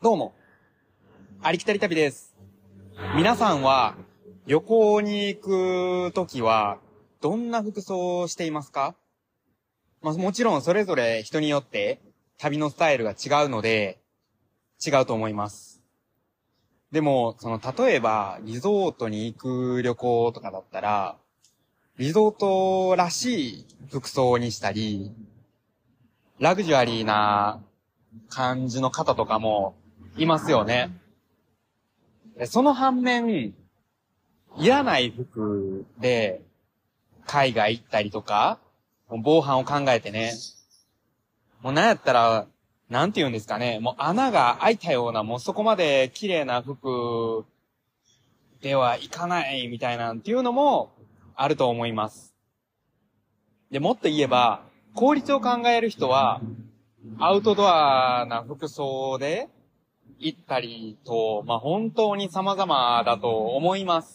どうも、ありきたり旅です。皆さんは旅行に行くときはどんな服装をしていますか？もちろんそれぞれ人によって旅のスタイルが違うので違うと思います。でも、例えばリゾートに行く旅行とかだったら、リゾートらしい服装にしたり、ラグジュアリーな感じの方とかもいますよね。その反面、いらない服で海外行ったりとか、防犯を考えてね、もうなんやったら、なんて言うんですかね、もう穴が開いたような、もうそこまで綺麗な服ではいかないみたいなんていうのもあると思います。で、もっと言えば、効率を考える人は、アウトドアな服装で行ったりと、本当に様々だと思います。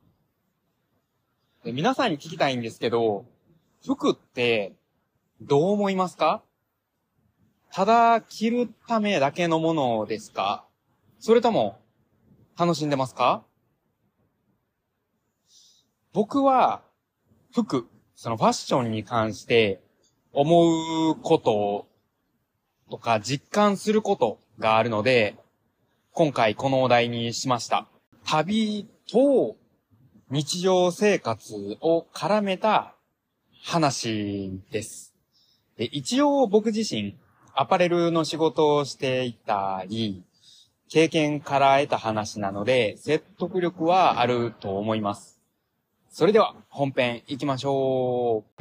で、皆さんに聞きたいんですけど、服ってどう思いますか？ただ着るためだけのものですか？それとも楽しんでますか？僕は服、ファッションに関して思うこととか実感することがあるので、今回このお題にしました。旅と日常生活を絡めた話です。で、一応僕自身アパレルの仕事をしていたり、経験から得た話なので説得力はあると思います。それでは本編行きましょう。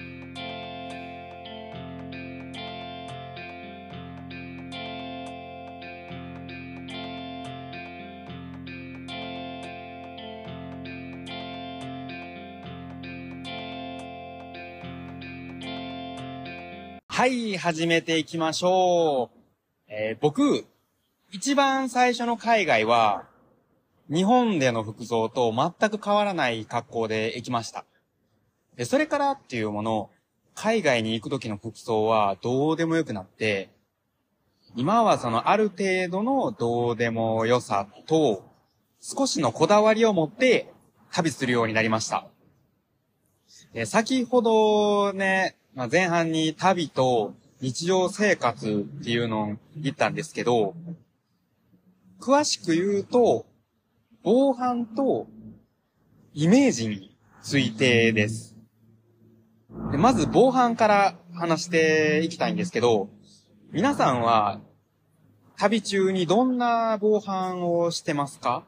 はい、始めていきましょう。僕、一番最初の海外は、日本での服装と全く変わらない格好で行きました。で、それからっていうもの、海外に行く時の服装はどうでもよくなって、今はある程度のどうでもよさと、少しのこだわりを持って旅するようになりました。で、先ほどね、前半に旅と日常生活っていうのを言ったんですけど、詳しく言うと、防犯とイメージについてです。で、まず防犯から話していきたいんですけど、皆さんは旅中にどんな防犯をしてますか？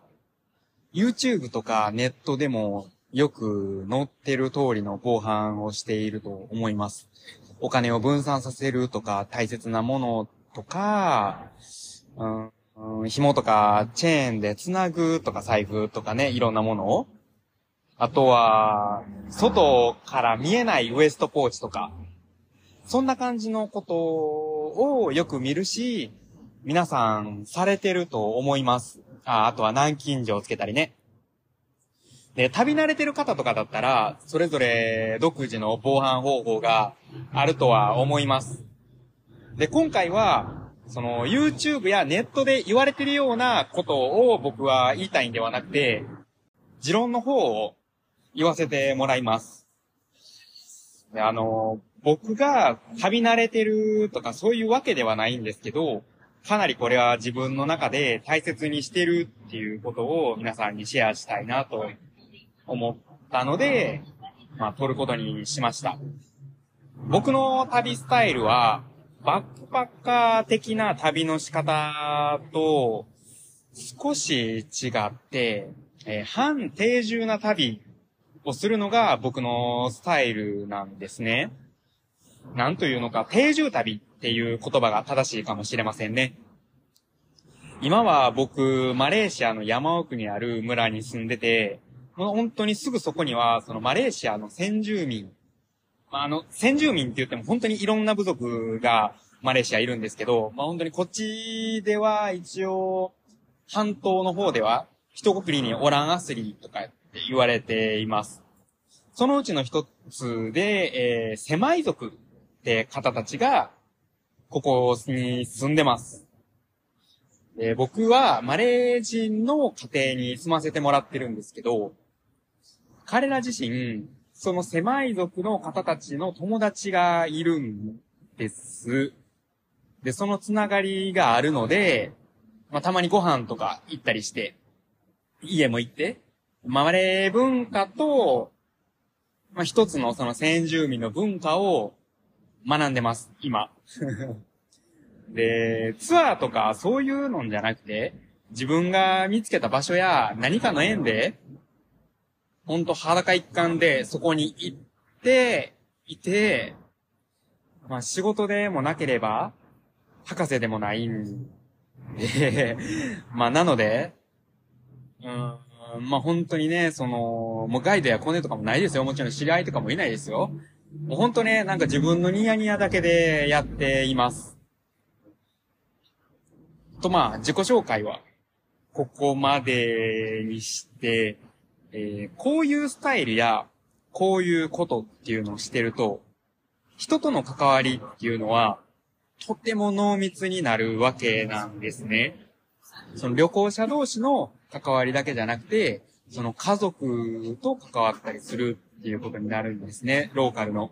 YouTube とかネットでもよく載ってる通りの防犯をしていると思います。お金を分散させるとか、大切なものとか、紐とかチェーンでつなぐとか財布とかね、いろんなものを。あとは、外から見えないウエストポーチとか、そんな感じのことをよく見るし、皆さんされてると思います。あとは南京錠をつけたりね。で、旅慣れてる方とかだったら、それぞれ独自の防犯方法があるとは思います。で、今回は、YouTube やネットで言われてるようなことを僕は言いたいんではなくて、持論の方を言わせてもらいます。で、僕が旅慣れてるとかそういうわけではないんですけど、かなりこれは自分の中で大切にしてるっていうことを皆さんにシェアしたいなと思ったので、撮ることにしました。僕の旅スタイルは、バックパッカー的な旅の仕方と少し違って、半定住な旅をするのが僕のスタイルなんですね。なんというのか、定住旅っていう言葉が正しいかもしれませんね。今は僕、マレーシアの山奥にある村に住んでて、もう本当にすぐそこには、マレーシアの先住民、先住民って言っても本当にいろんな部族がマレーシアいるんですけど、本当にこっちでは一応、半島の方では、一括りにオランアスリーとかって言われています。そのうちの一つで、セマイ族って方たちが、ここに住んでます。 僕はマレー人の家庭に住ませてもらってるんですけど、彼ら自身、その狭い族の方たちの友達がいるんです。で、そのつながりがあるので、たまにご飯とか行ったりして、家も行って、マレー文化と、一つのその先住民の文化を学んでます、今。で、ツアーとかそういうのじゃなくて、自分が見つけた場所や何かの縁で、ほんと裸一貫でそこに行って、いて、仕事でもなければ、博士でもないんで、なので、本当にね、もうガイドやコネとかもないですよ。もちろん知り合いとかもいないですよ。もう本当ね、なんか自分のニヤニヤだけでやっています。と自己紹介は、ここまでにして、こういうスタイルや、こういうことっていうのをしてると、人との関わりっていうのは、とても濃密になるわけなんですね。その旅行者同士の関わりだけじゃなくて、その家族と関わったりするっていうことになるんですね、ローカルの。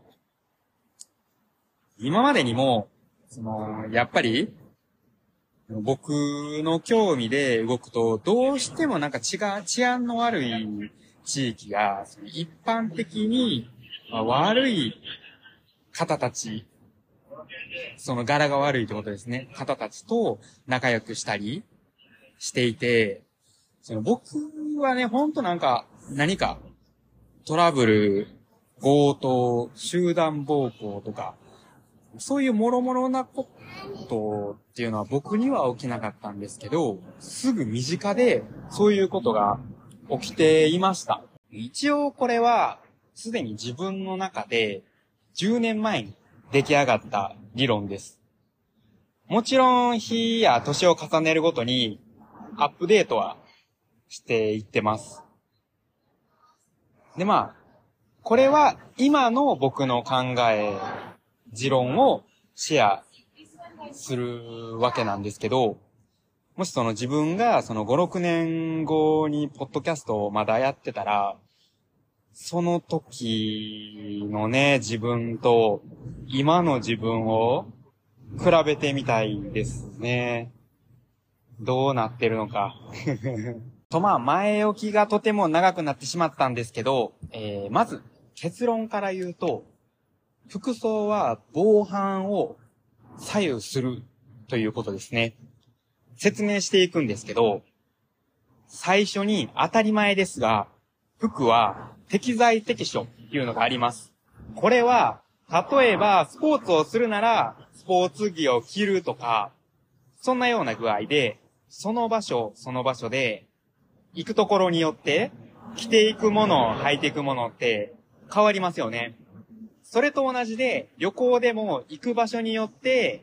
今までにも、やっぱり、僕の興味で動くと、どうしてもなんか治安の悪い地域が、一般的に悪い方たち、その柄が悪いってことですね。方たちと仲良くしたりしていて、僕はね、ほんとなんか、何かトラブル、強盗、集団暴行とか、そういう諸々なことっていうのは僕には起きなかったんですけど、すぐ身近でそういうことが起きていました。一応これはすでに自分の中で10年前に出来上がった理論です。もちろん日や年を重ねるごとにアップデートはしていってます。でこれは今の僕の考え、持論をシェアするわけなんですけど、もし自分が5、6年後にポッドキャストをまだやってたら、その時のね、自分と今の自分を比べてみたいですね。どうなってるのか。と前置きがとても長くなってしまったんですけど、まず結論から言うと、服装は防犯を左右するということですね。説明していくんですけど、最初に当たり前ですが、服は適材適所っていうのがあります。これは、例えばスポーツをするなら、スポーツ着を着るとか、そんなような具合で、その場所で、行くところによって、着ていくもの、履いていくものって変わりますよね。それと同じで、旅行でも行く場所によって、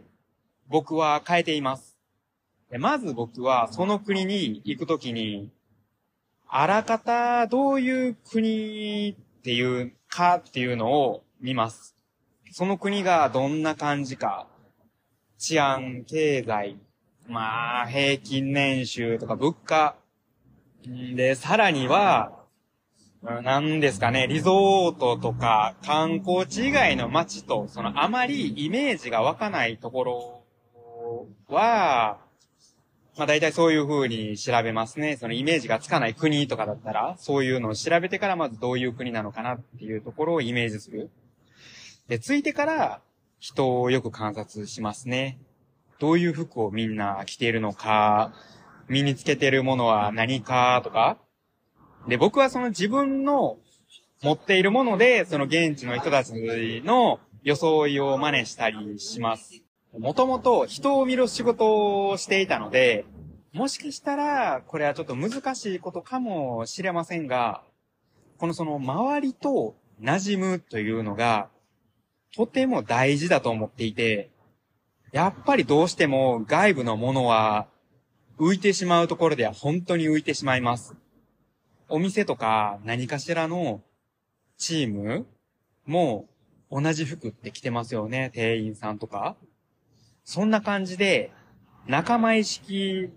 僕は変えています。まず僕はその国に行くときに、あらかたどういう国っていうかっていうのを見ます。その国がどんな感じか、治安、経済、平均年収とか物価。で、さらには、何ですかね、リゾートとか観光地以外の街と、あまりイメージが湧かないところは、大体そういう風に調べますね。イメージがつかない国とかだったら、そういうのを調べてからまずどういう国なのかなっていうところをイメージする。で、ついてから人をよく観察しますね。どういう服をみんな着ているのか、身につけているものは何かとか。で、僕は自分の持っているもので、現地の人たちの装いを真似したりします。もともと人を見る仕事をしていたので、もしかしたら、これはちょっと難しいことかもしれませんが、周りと馴染むというのが、とても大事だと思っていて、やっぱりどうしても外部のものは浮いてしまうところでは本当に浮いてしまいます。お店とか何かしらのチームも同じ服って着てますよね、店員さんとか。そんな感じで仲間意識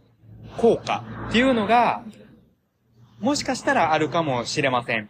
効果っていうのが、もしかしたらあるかもしれません。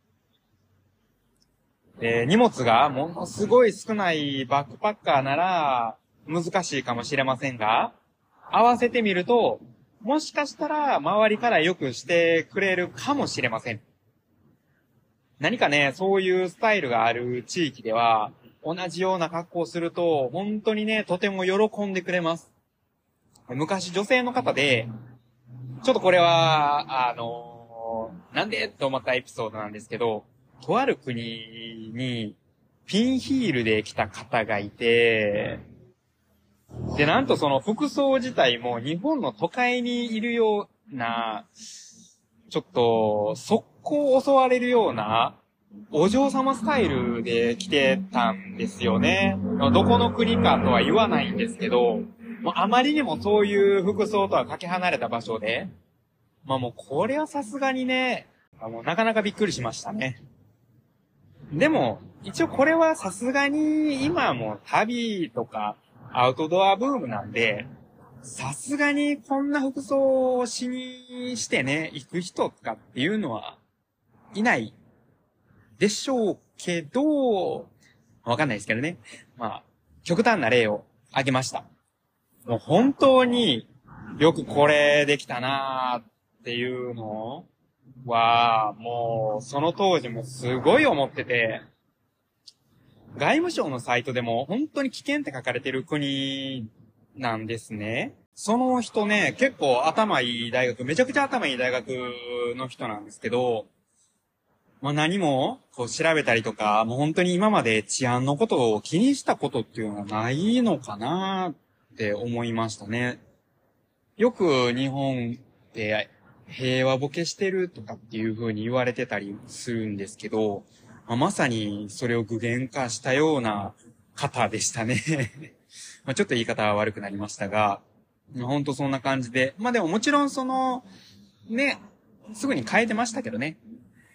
荷物がものすごい少ないバックパッカーなら難しいかもしれませんが、合わせてみると、もしかしたら周りからよくしてくれるかもしれません。何かね、そういうスタイルがある地域では、同じような格好をすると、本当にね、とても喜んでくれます。昔女性の方で、ちょっとこれは、なんでと思ったエピソードなんですけど、とある国にピンヒールで来た方がいて、で、なんとその服装自体も日本の都会にいるような、ちょっと、速攻襲われるような、お嬢様スタイルで来てたんですよね。どこの国かとは言わないんですけど、もうあまりにもそういう服装とはかけ離れた場所で、まあもうこれはさすがにね、もうなかなかびっくりしましたね。でも、一応これはさすがに今も旅とかアウトドアブームなんで、さすがにこんな服装をしてね、行く人とかっていうのはいないでしょうけど、わかんないですけどね。まあ、極端な例を挙げました。もう本当によくこれできたなーっていうのは、もうその当時もすごい思ってて、外務省のサイトでも本当に危険って書かれてる国なんですね。その人ね、結構頭いい大学、めちゃくちゃ頭いい大学の人なんですけど、まあ何もこう調べたりとか、もう本当に今まで治安のことを気にしたことっていうのはないのかなって思いましたね。よく日本って平和ボケしてるとかっていう風に言われてたりするんですけど、まさにそれを具現化したような方でしたね。まあちょっと言い方は悪くなりましたが、ほんとそんな感じで。まあでももちろんその、ね、すぐに変えてましたけどね。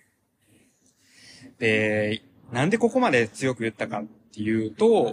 で、なんでここまで強く言ったかっていうと、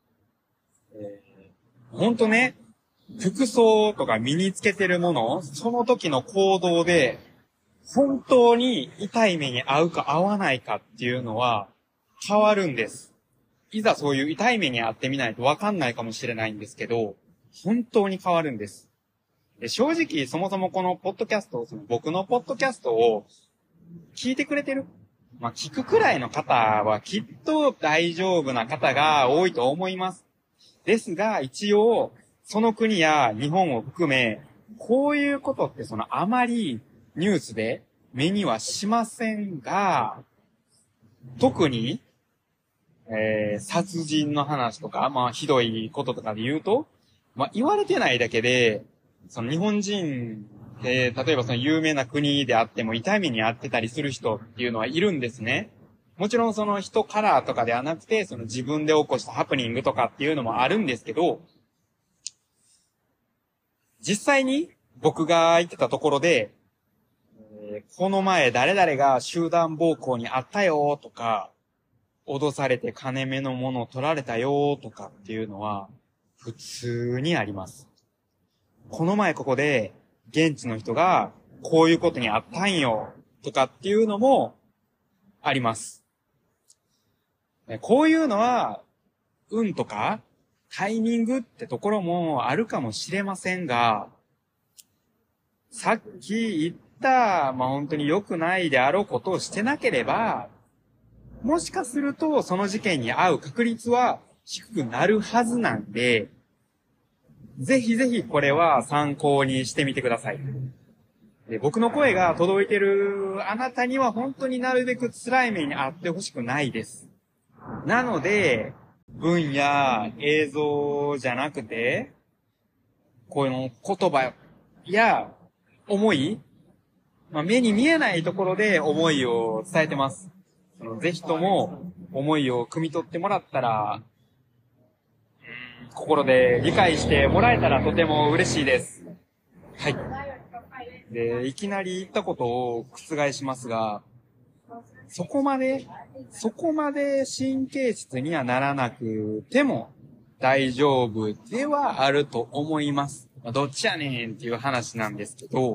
ほんとね、服装とか身につけてるもの、その時の行動で、本当に痛い目に遭うか遭わないかっていうのは変わるんです。いざそういう痛い目に遭ってみないとわかんないかもしれないんですけど、本当に変わるんです。で正直、そもそもこのポッドキャスト、僕のポッドキャストを聞いてくれてる？まあ、聞くくらいの方はきっと大丈夫な方が多いと思います。ですが、一応、その国や日本を含め、こういうことってあまりニュースで目にはしませんが、特に、殺人の話とか、まあ、ひどいこととかで言うと、まあ、言われてないだけで、日本人で、例えば有名な国であっても痛みに遭ってたりする人っていうのはいるんですね。もちろん人カラーとかではなくて、自分で起こしたハプニングとかっていうのもあるんですけど、実際に僕が行ってたところで、この前誰々が集団暴行にあったよとか、脅されて金目のものを取られたよとかっていうのは普通にあります。この前ここで現地の人がこういうことにあったんよとかっていうのもあります。こういうのは運とかタイミングってところもあるかもしれませんが、さっき言った、まあ本当に良くないであろうことをしてなければ、もしかするとその事件に遭う確率は低くなるはずなんで、ぜひぜひこれは参考にしてみてください。で僕の声が届いてるあなたには本当になるべく辛い目に遭ってほしくないです。なので、文や映像じゃなくて、この言葉や思い、まあ、目に見えないところで思いを伝えてます。ぜひとも思いを汲み取ってもらったら、心で理解してもらえたらとても嬉しいです。はい。で、いきなり言ったことを覆しますが、そこまで神経質にはならなくても大丈夫ではあると思います。 どっちやねんっていう話なんですけど、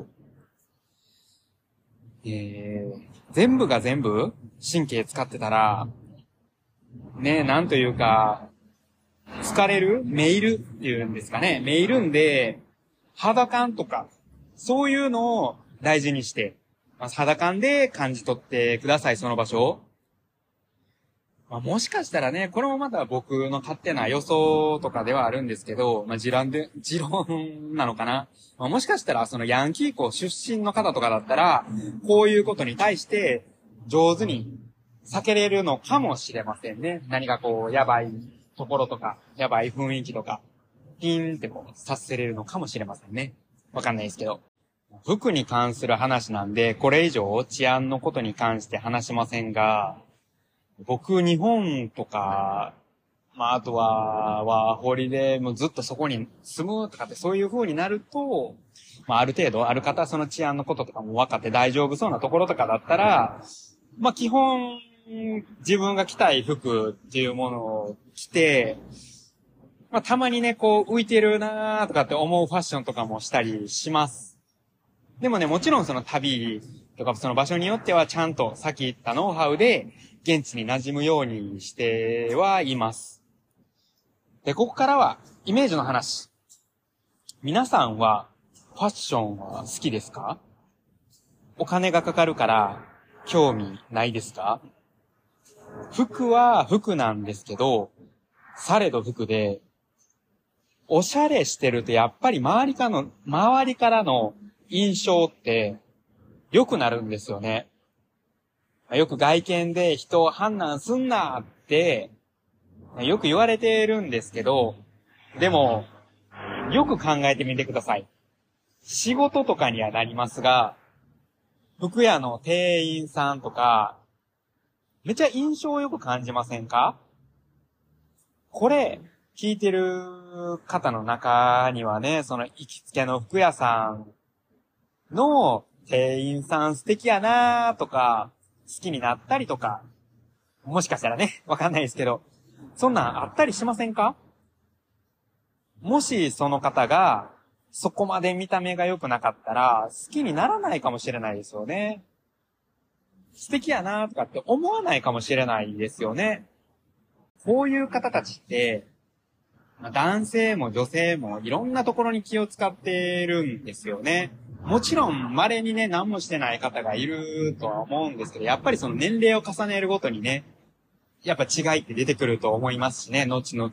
全部が全部神経使ってたら、ね、なんというか、疲れるめいるっていうんですかね。めいるんで、肌感とか、そういうのを大事にして、肌感で感じ取ってください、その場所を。もしかしたらね、これもまた僕の勝手な予想とかではあるんですけど、持論なのかな。もしかしたら、そのヤンキー校出身の方とかだったら、こういうことに対して上手に避けれるのかもしれませんね。何かこう、やばいところとか、やばい雰囲気とか、ピンってこう、察せれるのかもしれませんね。わかんないですけど。服に関する話なんで、これ以上治安のことに関して話しませんが、僕、日本とか、あとは、ワーホリでもうずっとそこに住むとかってそういう風になると、ある程度、ある方その治安のこととかも分かって大丈夫そうなところとかだったら、基本、自分が着たい服っていうものを着て、たまにね、こう浮いてるなーとかって思うファッションとかもしたりします。でもね、もちろんその旅とかその場所によってはちゃんとさっき言ったノウハウで現地に馴染むようにしてはいます。で、ここからはイメージの話。皆さんはファッションは好きですか？お金がかかるから興味ないですか？服は服なんですけど、されど服で、おしゃれしてるとやっぱり周りからの印象って良くなるんですよね。よく外見で人を判断すんなってよく言われてるんですけど、でもよく考えてみてください。仕事とかにはなりますが、服屋の店員さんとか、めっちゃ印象よく感じませんか？これ、聞いてる方の中にはね、その行きつけの服屋さんの店員さん素敵やなとか、好きになったりとか、もしかしたらね、わかんないですけど、そんなんあったりしませんか？もしその方が、そこまで見た目が良くなかったら、好きにならないかもしれないですよね。素敵やなとかって思わないかもしれないですよね。こういう方たちって、男性も女性もいろんなところに気を使ってるんですよね。もちろん稀にね、何もしてない方がいるとは思うんですけど、やっぱりその年齢を重ねるごとにね、やっぱ違いって出てくると思いますしね、後々。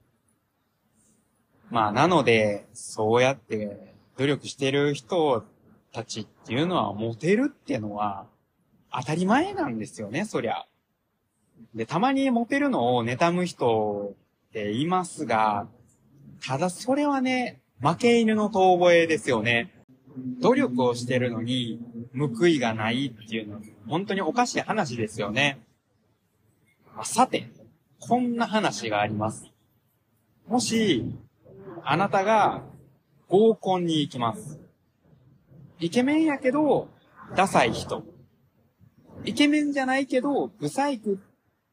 なので、そうやって努力してる人たちっていうのは、モテるっていうのは当たり前なんですよね、そりゃ。で、たまにモテるのを妬む人っていますが、ただそれはね、負け犬の遠吠えですよね。努力をしてるのに報いがないっていうのは本当におかしい話ですよね。さて、こんな話があります。もし、あなたが合コンに行きます。イケメンやけど、ダサい人。イケメンじゃないけど、ブサイク。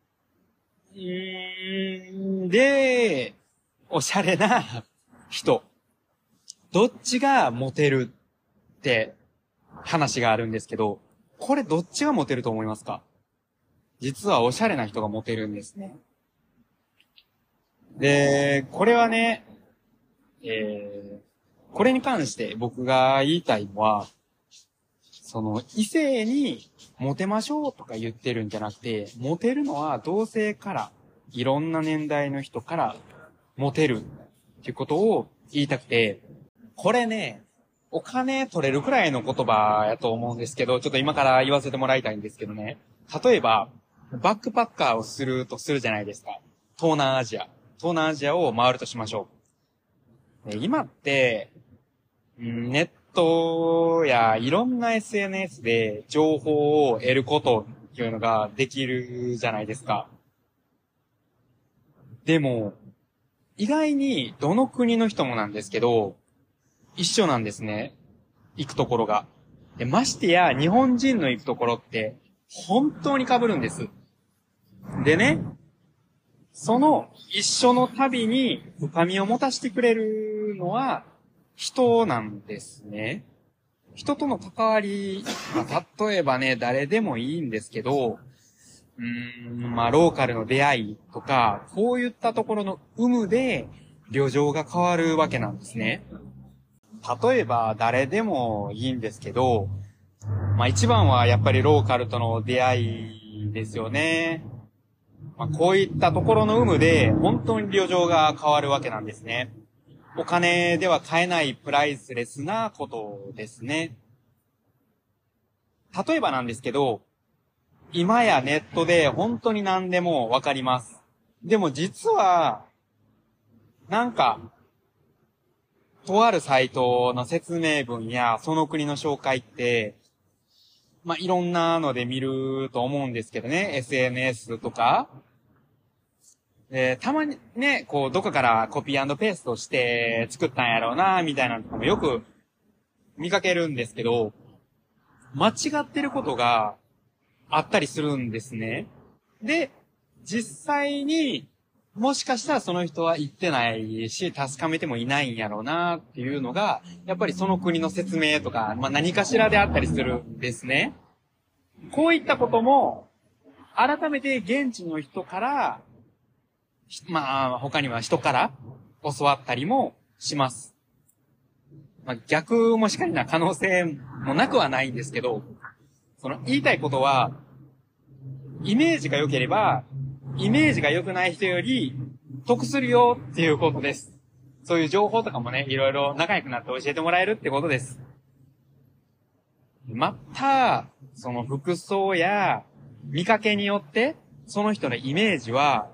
で、おしゃれな人。どっちがモテるって話があるんですけど、これどっちがモテると思いますか？実はおしゃれな人がモテるんですね。で、これはね、これに関して僕が言いたいのは、その異性にモテましょうとか言ってるんじゃなくて、モテるのは同性から、いろんな年代の人からモテるっていうことを言いたくて、これね、お金取れるくらいの言葉やと思うんですけど、ちょっと今から言わせてもらいたいんですけどね。例えば、バックパッカーをするとするじゃないですか。東南アジアを回るとしましょう。今って、ネットやいろんな SNS で情報を得ることっていうのができるじゃないですか。でも、意外にどの国の人もなんですけど、一緒なんですね。行くところが。で、ましてや日本人の行くところって本当に被るんです。でね、その一緒の旅に深みを持たせてくれるのは人なんですね。人との関わり、例えばね、誰でもいいんですけど、ローカルの出会いとか、こういったところの有無で、旅情が変わるわけなんですね。例えば、誰でもいいんですけど、一番はやっぱりローカルとの出会いですよね。こういったところの有無で、本当に旅情が変わるわけなんですね。お金では買えないプライスレスなことですね。例えばなんですけど、今やネットで本当に何でもわかります。でも実は、とあるサイトの説明文やその国の紹介って、いろんなので見ると思うんですけどね、SNS とか。たまにね、どこかからコピー&ペーストして作ったんやろうな、みたいなのとかもよく見かけるんですけど、間違ってることがあったりするんですね。で、実際にもしかしたらその人は言ってないし、確かめてもいないんやろうなっていうのが、やっぱりその国の説明とか、何かしらであったりするんですね。こういったことも、改めて現地の人から、他には人から教わったりもします。逆もしかりな可能性もなくはないんですけど、言いたいことは、イメージが良ければ、イメージが良くない人より得するよっていうことです。そういう情報とかもね、いろいろ仲良くなって教えてもらえるってことです。また、その服装や見かけによって、その人のイメージは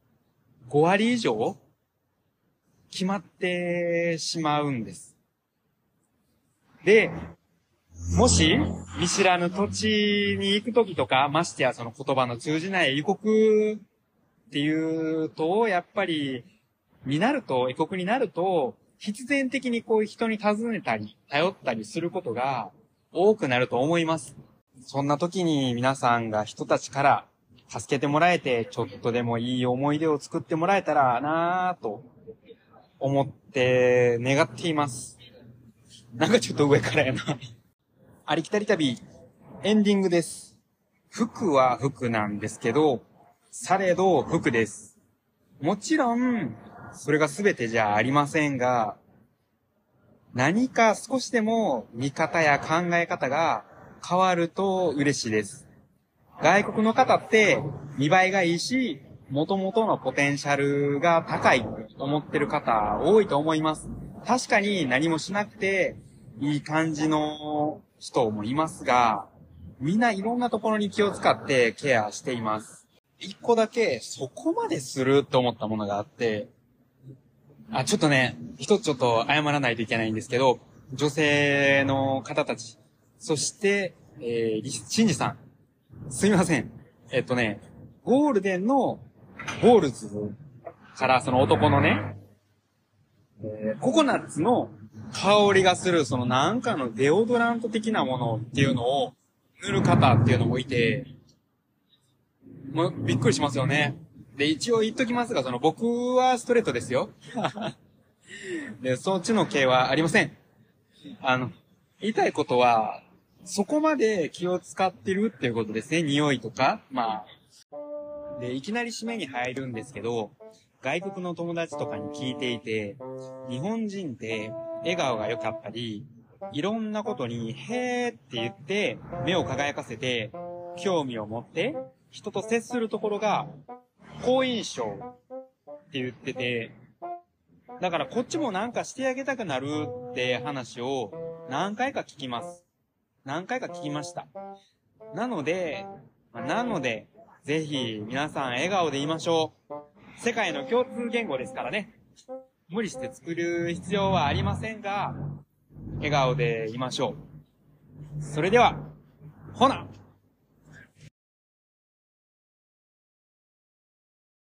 5割以上決まってしまうんです。で、もし見知らぬ土地に行くときとか、ましてやその言葉の通じない異国っていうと、やっぱり異国になると、必然的にこういう人に尋ねたり、頼ったりすることが多くなると思います。そんな時に皆さんが人たちから助けてもらえて、ちょっとでもいい思い出を作ってもらえたらなぁと思って願っています。ちょっと上からやな。ありきたり旅、エンディングです。服は服なんですけど、されど服です。もちろん、それが全てじゃありませんが、何か少しでも見方や考え方が変わると嬉しいです。外国の方って見栄えがいいし、元々のポテンシャルが高いと思ってる方多いと思います。確かに何もしなくていい感じの人もいますが、みんないろんなところに気を使ってケアしています。一個だけそこまですると思ったものがあって、ちょっと謝らないといけないんですけど、女性の方たち、そして、シンジさん、すみません。ゴールデンのボールズからその男のね、ココナッツの香りがする、のデオドラント的なものっていうのを塗る方っていうのもいて、もうびっくりしますよね。で、一応言っときますが、僕はストレートですよ。で、そっちの系はありません。言いたいことは、そこまで気を使ってるっていうことですね。匂いとか。で、いきなり締めに入るんですけど、外国の友達とかに聞いていて、日本人って笑顔が良かったり、いろんなことに、へーって言って、目を輝かせて、興味を持って、人と接するところが、好印象って言ってて、だからこっちもなんかしてあげたくなるって話を何回か聞きます。何回か聞きました。なので、ぜひ皆さん笑顔でいましょう。世界の共通言語ですからね。無理して作る必要はありませんが、笑顔でいましょう。それでは、ほな